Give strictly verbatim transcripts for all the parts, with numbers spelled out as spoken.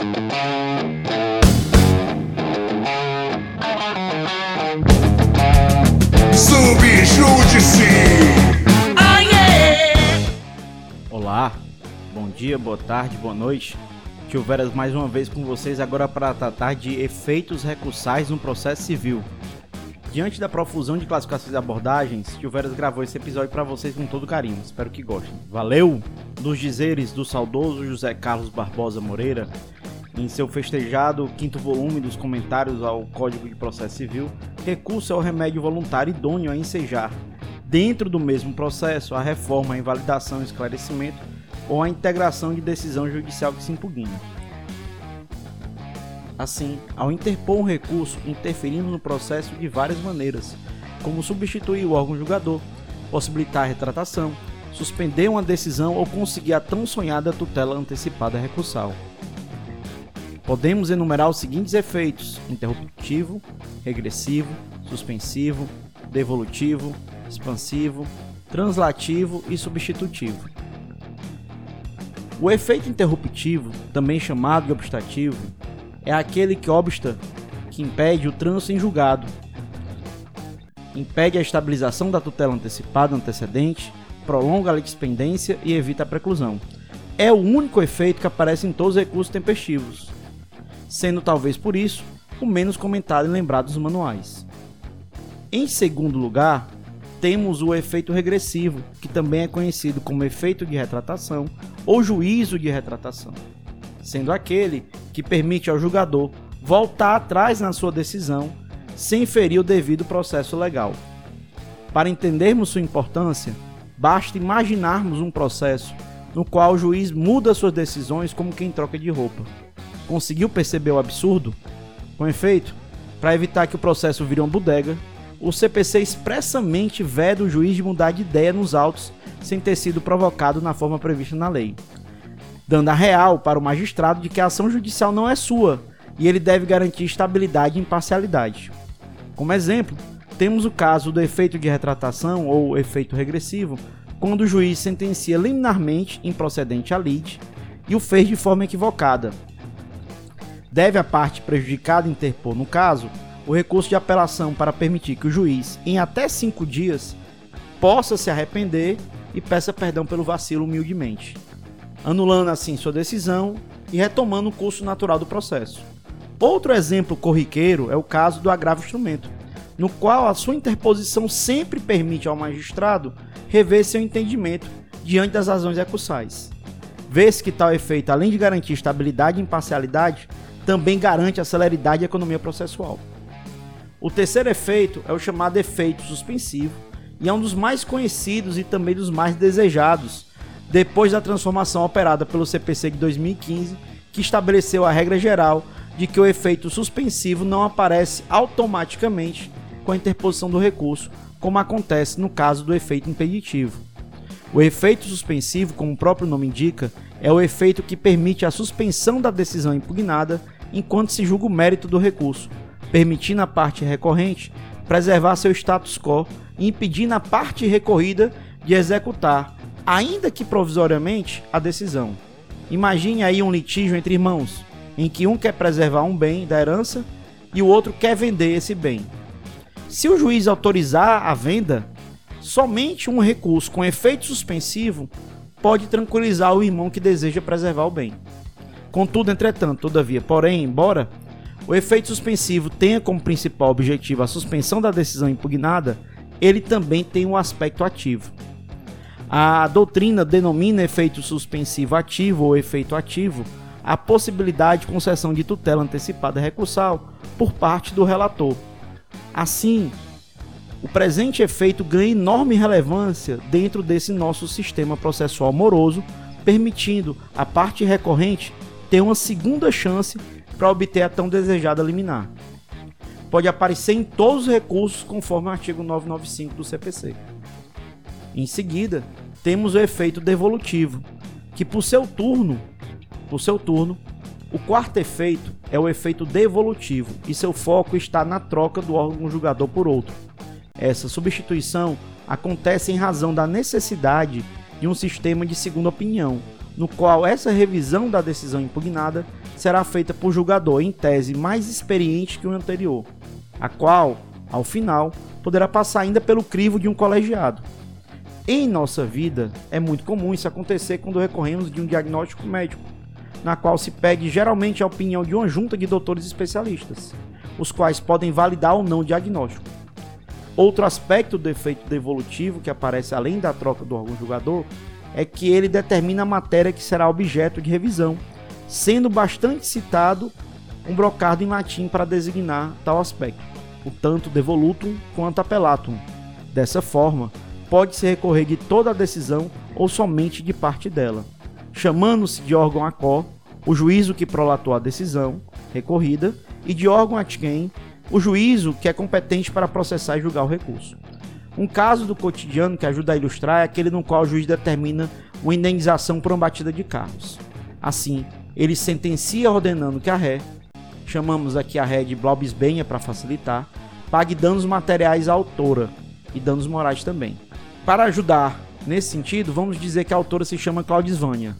Subjúdice! Oh, yeah! Olá, bom dia, boa tarde, boa noite. Tio Veras mais uma vez com vocês agora para tratar de efeitos recursais no processo civil. Diante da profusão de classificações e abordagens, Tio Veras gravou esse episódio para vocês com todo carinho, espero que gostem. Valeu! Dos dizeres do saudoso José Carlos Barbosa Moreira, em seu festejado quinto volume dos comentários ao Código de Processo Civil, recurso é o remédio voluntário idôneo a ensejar, dentro do mesmo processo, a reforma, a invalidação, o esclarecimento ou a integração de decisão judicial que se impugna. Assim, ao interpor um recurso, interferimos no processo de várias maneiras, como substituir o órgão julgador, possibilitar a retratação, suspender uma decisão ou conseguir a tão sonhada tutela antecipada recursal. Podemos enumerar os seguintes efeitos: interruptivo, regressivo, suspensivo, devolutivo, expansivo, translativo e substitutivo. O efeito interruptivo, também chamado de obstativo, é aquele que obsta, que impede o trânsito em julgado, impede a estabilização da tutela antecipada antecedente, prolonga a litispendência e evita a preclusão. É o único efeito que aparece em todos os recursos tempestivos, sendo talvez por isso o menos comentado e lembrado dos manuais. Em segundo lugar, temos o efeito regressivo, que também é conhecido como efeito de retratação ou juízo de retratação, sendo aquele que permite ao julgador voltar atrás na sua decisão sem ferir o devido processo legal. Para entendermos sua importância, basta imaginarmos um processo no qual o juiz muda suas decisões como quem troca de roupa. Conseguiu perceber o absurdo? Com efeito, para evitar que o processo vire uma bodega, o C P C expressamente veda o juiz de mudar de ideia nos autos sem ter sido provocado na forma prevista na lei, dando a real para o magistrado de que a ação judicial não é sua e ele deve garantir estabilidade e imparcialidade. Como exemplo, temos o caso do efeito de retratação ou efeito regressivo, quando o juiz sentencia liminarmente improcedente a lide e o fez de forma equivocada. Deve a parte prejudicada interpor, no caso, o recurso de apelação para permitir que o juiz, em até cinco dias, possa se arrepender e peça perdão pelo vacilo humildemente, anulando assim sua decisão e retomando o curso natural do processo. Outro exemplo corriqueiro é o caso do agravo instrumento, no qual a sua interposição sempre permite ao magistrado rever seu entendimento diante das razões recursais. Vê-se que tal efeito, além de garantir estabilidade e imparcialidade, também garante a celeridade e economia processual. O terceiro efeito é o chamado efeito suspensivo e é um dos mais conhecidos e também dos mais desejados, depois da transformação operada pelo C P C de dois mil e quinze, que estabeleceu a regra geral de que o efeito suspensivo não aparece automaticamente com a interposição do recurso, como acontece no caso do efeito impeditivo. O efeito suspensivo, como o próprio nome indica, é o efeito que permite a suspensão da decisão impugnada enquanto se julga o mérito do recurso, permitindo à parte recorrente preservar seu status quo e impedindo a parte recorrida de executar, ainda que provisoriamente, a decisão. Imagine aí um litígio entre irmãos, em que um quer preservar um bem da herança e o outro quer vender esse bem. Se o juiz autorizar a venda, somente um recurso com efeito suspensivo pode tranquilizar o irmão que deseja preservar o bem. Contudo, entretanto, todavia, porém, embora o efeito suspensivo tenha como principal objetivo a suspensão da decisão impugnada, ele também tem um aspecto ativo. A doutrina denomina efeito suspensivo ativo ou efeito ativo a possibilidade de concessão de tutela antecipada recursal por parte do relator. Assim, o presente efeito ganha enorme relevância dentro desse nosso sistema processual moroso, permitindo a parte recorrente ter uma segunda chance para obter a tão desejada liminar. Pode aparecer em todos os recursos conforme o artigo novecentos e noventa e cinco do C P C. Em seguida, temos o efeito devolutivo, que por seu turno, por seu turno, o quarto efeito é o efeito devolutivo e seu foco está na troca do órgão julgador por outro. Essa substituição acontece em razão da necessidade de um sistema de segunda opinião, no qual essa revisão da decisão impugnada será feita por julgador em tese mais experiente que o anterior, a qual, ao final, poderá passar ainda pelo crivo de um colegiado. Em nossa vida, é muito comum isso acontecer quando recorremos de um diagnóstico médico, na qual se pede geralmente a opinião de uma junta de doutores especialistas, os quais podem validar ou não o diagnóstico. Outro aspecto do efeito devolutivo que aparece além da troca do órgão julgador é que ele determina a matéria que será objeto de revisão, sendo bastante citado um brocado em latim para designar tal aspecto, o tanto devolutum quanto appellatum. Dessa forma, pode-se recorrer de toda a decisão ou somente de parte dela, chamando-se de órgão acó o juízo que prolatou a decisão recorrida e de órgão atquem o juízo que é competente para processar e julgar o recurso. Um caso do cotidiano que ajuda a ilustrar é aquele no qual o juiz determina uma indenização por uma batida de carros. Assim, ele sentencia ordenando que a ré, chamamos aqui a ré de Blaubisbenha para facilitar, pague danos materiais à autora e danos morais também. Para ajudar nesse sentido, vamos dizer que a autora se chama Claudisvânia.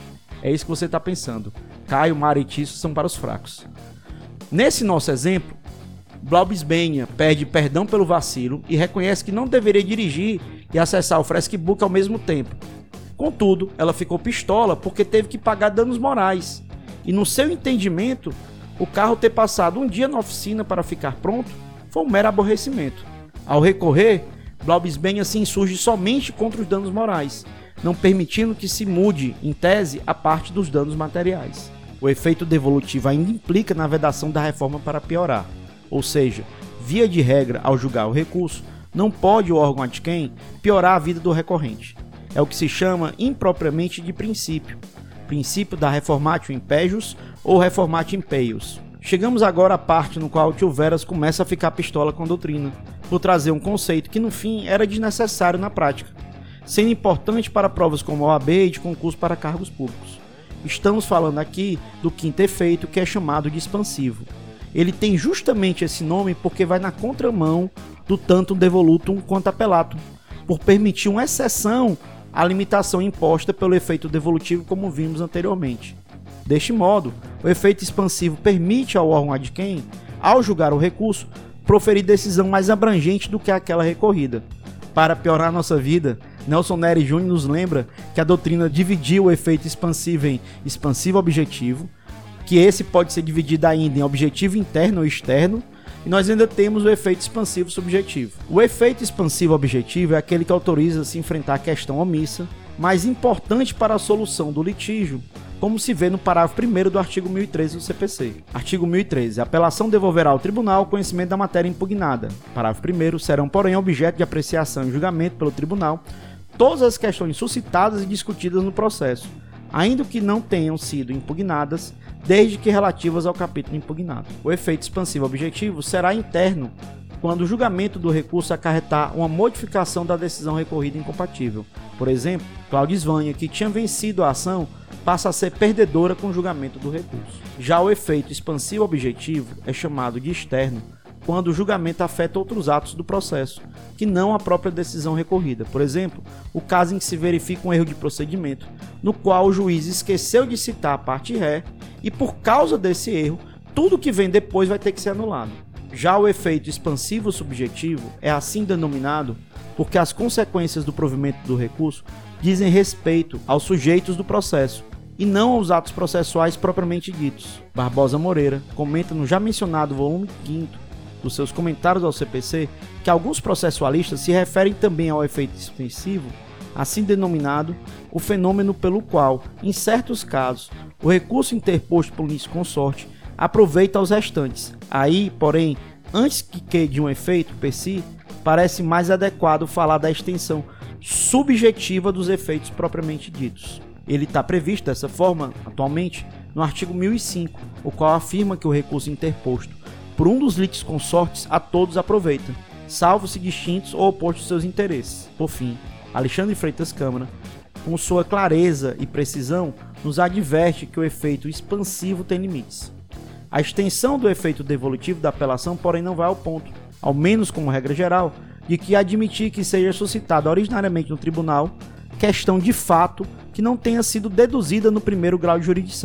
É isso que você está pensando. Caio, Mara e Tício são para os fracos. Nesse nosso exemplo, Blaubisbenha pede perdão pelo vacilo e reconhece que não deveria dirigir e acessar o Freskbook ao mesmo tempo. Contudo, ela ficou pistola porque teve que pagar danos morais. E no seu entendimento, o carro ter passado um dia na oficina para ficar pronto foi um mero aborrecimento. Ao recorrer, Blaubisbenha se insurge somente contra os danos morais, não permitindo que se mude, em tese, a parte dos danos materiais. O efeito devolutivo ainda implica na vedação da reforma para piorar. Ou seja, via de regra, ao julgar o recurso, não pode o órgão atquem piorar a vida do recorrente. É o que se chama impropriamente de princípio, princípio da reformatio impejus ou reformatio impeius. Chegamos agora à parte no qual o tio Veras começa a ficar pistola com a doutrina, por trazer um conceito que no fim era desnecessário na prática, sendo importante para provas como O A B e de concurso para cargos públicos. Estamos falando aqui do quinto efeito, que é chamado de expansivo. Ele tem justamente esse nome porque vai na contramão do tanto devolutum quanto appellatum, por permitir uma exceção à limitação imposta pelo efeito devolutivo, como vimos anteriormente. Deste modo, o efeito expansivo permite ao órgão adquem, ao julgar o recurso, proferir decisão mais abrangente do que aquela recorrida. Para piorar nossa vida, Nelson Nery Júnior nos lembra que a doutrina dividiu o efeito expansivo em expansivo objetivo, que esse pode ser dividido ainda em objetivo interno ou externo, e nós ainda temos o efeito expansivo subjetivo. O efeito expansivo objetivo é aquele que autoriza a se enfrentar a questão omissa, mais importante para a solução do litígio, como se vê no parágrafo primeiro do artigo mil e treze do C P C. Artigo mil e treze. A apelação devolverá ao tribunal o conhecimento da matéria impugnada. Parágrafo primeiro. Serão, porém, objeto de apreciação e julgamento pelo tribunal todas as questões suscitadas e discutidas no processo, ainda que não tenham sido impugnadas, desde que relativas ao capítulo impugnado. O efeito expansivo objetivo será interno quando o julgamento do recurso acarretar uma modificação da decisão recorrida incompatível. Por exemplo, Claudisvânia, que tinha vencido a ação, passa a ser perdedora com o julgamento do recurso. Já o efeito expansivo objetivo é chamado de externo quando o julgamento afeta outros atos do processo, que não a própria decisão recorrida. Por exemplo, o caso em que se verifica um erro de procedimento, no qual o juiz esqueceu de citar a parte ré, e por causa desse erro, tudo que vem depois vai ter que ser anulado. Já o efeito expansivo subjetivo é assim denominado porque as consequências do provimento do recurso dizem respeito aos sujeitos do processo, e não aos atos processuais propriamente ditos. Barbosa Moreira comenta no já mencionado volume quinto dos seus comentários ao C P C que alguns processualistas se referem também ao efeito expansivo, assim denominado, o fenômeno pelo qual, em certos casos, o recurso interposto pelo litisconsorte aproveita aos restantes. Aí, porém, antes que de um efeito per si, parece mais adequado falar da extensão subjetiva dos efeitos propriamente ditos. Ele está previsto dessa forma, atualmente, no artigo mil e cinco, o qual afirma que o recurso interposto por um dos litisconsortes a todos aproveita, salvo se distintos ou opostos seus interesses. Por fim, Alexandre Freitas Câmara, com sua clareza e precisão, nos adverte que o efeito expansivo tem limites. A extensão do efeito devolutivo da apelação, porém, não vai ao ponto, ao menos como regra geral, de que admitir que seja suscitada originariamente no tribunal questão de fato que não tenha sido deduzida no primeiro grau de jurisdição,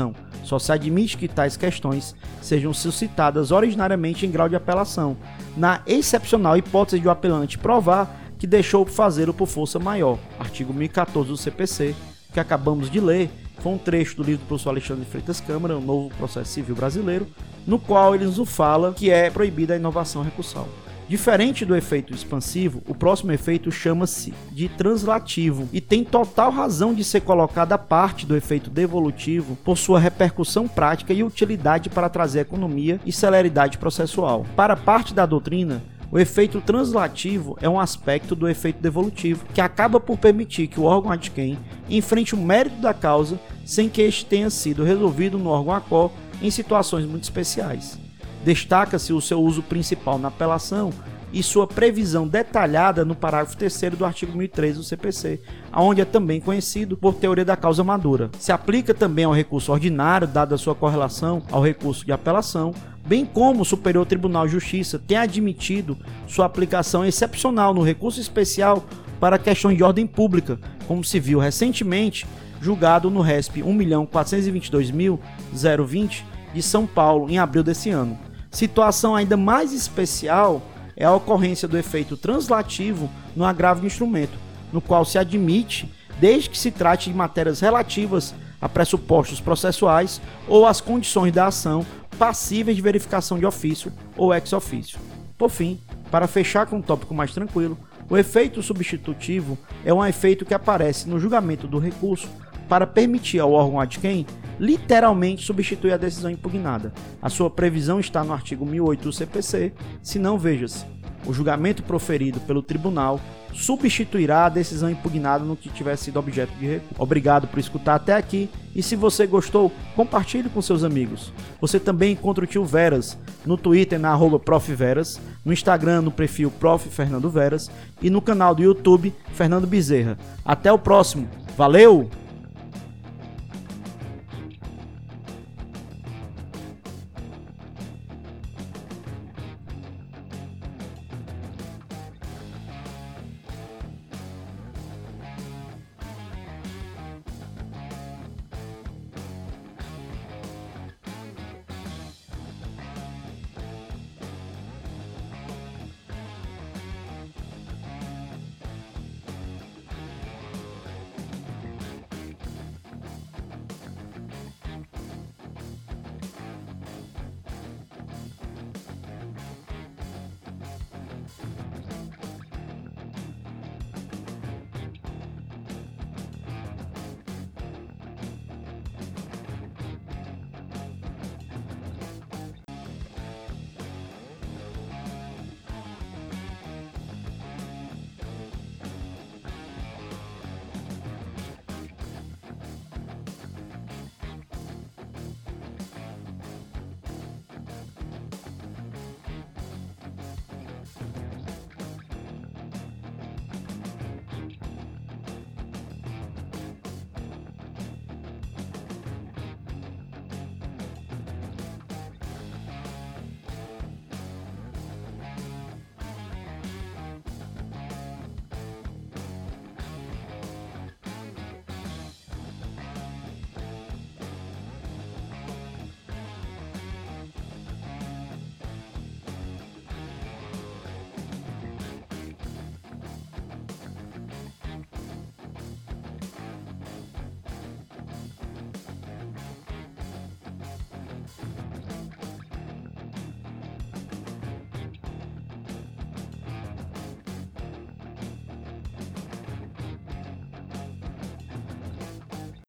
Só se admite que tais questões sejam suscitadas originariamente em grau de apelação, na excepcional hipótese de o apelante provar que deixou por fazê-lo por força maior. Artigo mil e quatorze do C P C, que acabamos de ler, foi um trecho do livro do professor Alexandre de Freitas Câmara, O Novo Processo Civil Brasileiro, no qual ele nos fala que é proibida a inovação recursal. Diferente do efeito expansivo, o próximo efeito chama-se de translativo e tem total razão de ser colocado à parte do efeito devolutivo por sua repercussão prática e utilidade para trazer economia e celeridade processual. Para parte da doutrina, o efeito translativo é um aspecto do efeito devolutivo que acaba por permitir que o órgão ad quem enfrente o mérito da causa sem que este tenha sido resolvido no órgão A C O em situações muito especiais. Destaca-se o seu uso principal na apelação e sua previsão detalhada no parágrafo terceiro do artigo mil e treze do C P C, onde é também conhecido por teoria da causa madura. Se aplica também ao recurso ordinário, dada a sua correlação ao recurso de apelação, bem como o Superior Tribunal de Justiça tem admitido sua aplicação excepcional no recurso especial para questões de ordem pública, como se viu recentemente julgado no R E S P um milhão quatrocentos e vinte e dois mil zero vinte de São Paulo, em abril desse ano. Situação ainda mais especial é a ocorrência do efeito translativo no agravo de instrumento, no qual se admite, desde que se trate de matérias relativas a pressupostos processuais ou às condições da ação passíveis de verificação de ofício ou ex ofício. Por fim, para fechar com um tópico mais tranquilo, o efeito substitutivo é um efeito que aparece no julgamento do recurso para permitir ao órgão ad quem literalmente substituir a decisão impugnada. A sua previsão está no artigo mil e oito do C P C, se não, veja-se. O julgamento proferido pelo tribunal substituirá a decisão impugnada no que tiver sido objeto de recurso. Obrigado por escutar até aqui e se você gostou, compartilhe com seus amigos. Você também encontra o tio Veras no Twitter na arroba Prof Veras, no Instagram no perfil Prof Fernando Veras e no canal do YouTube Fernando Bezerra. Até o próximo. Valeu!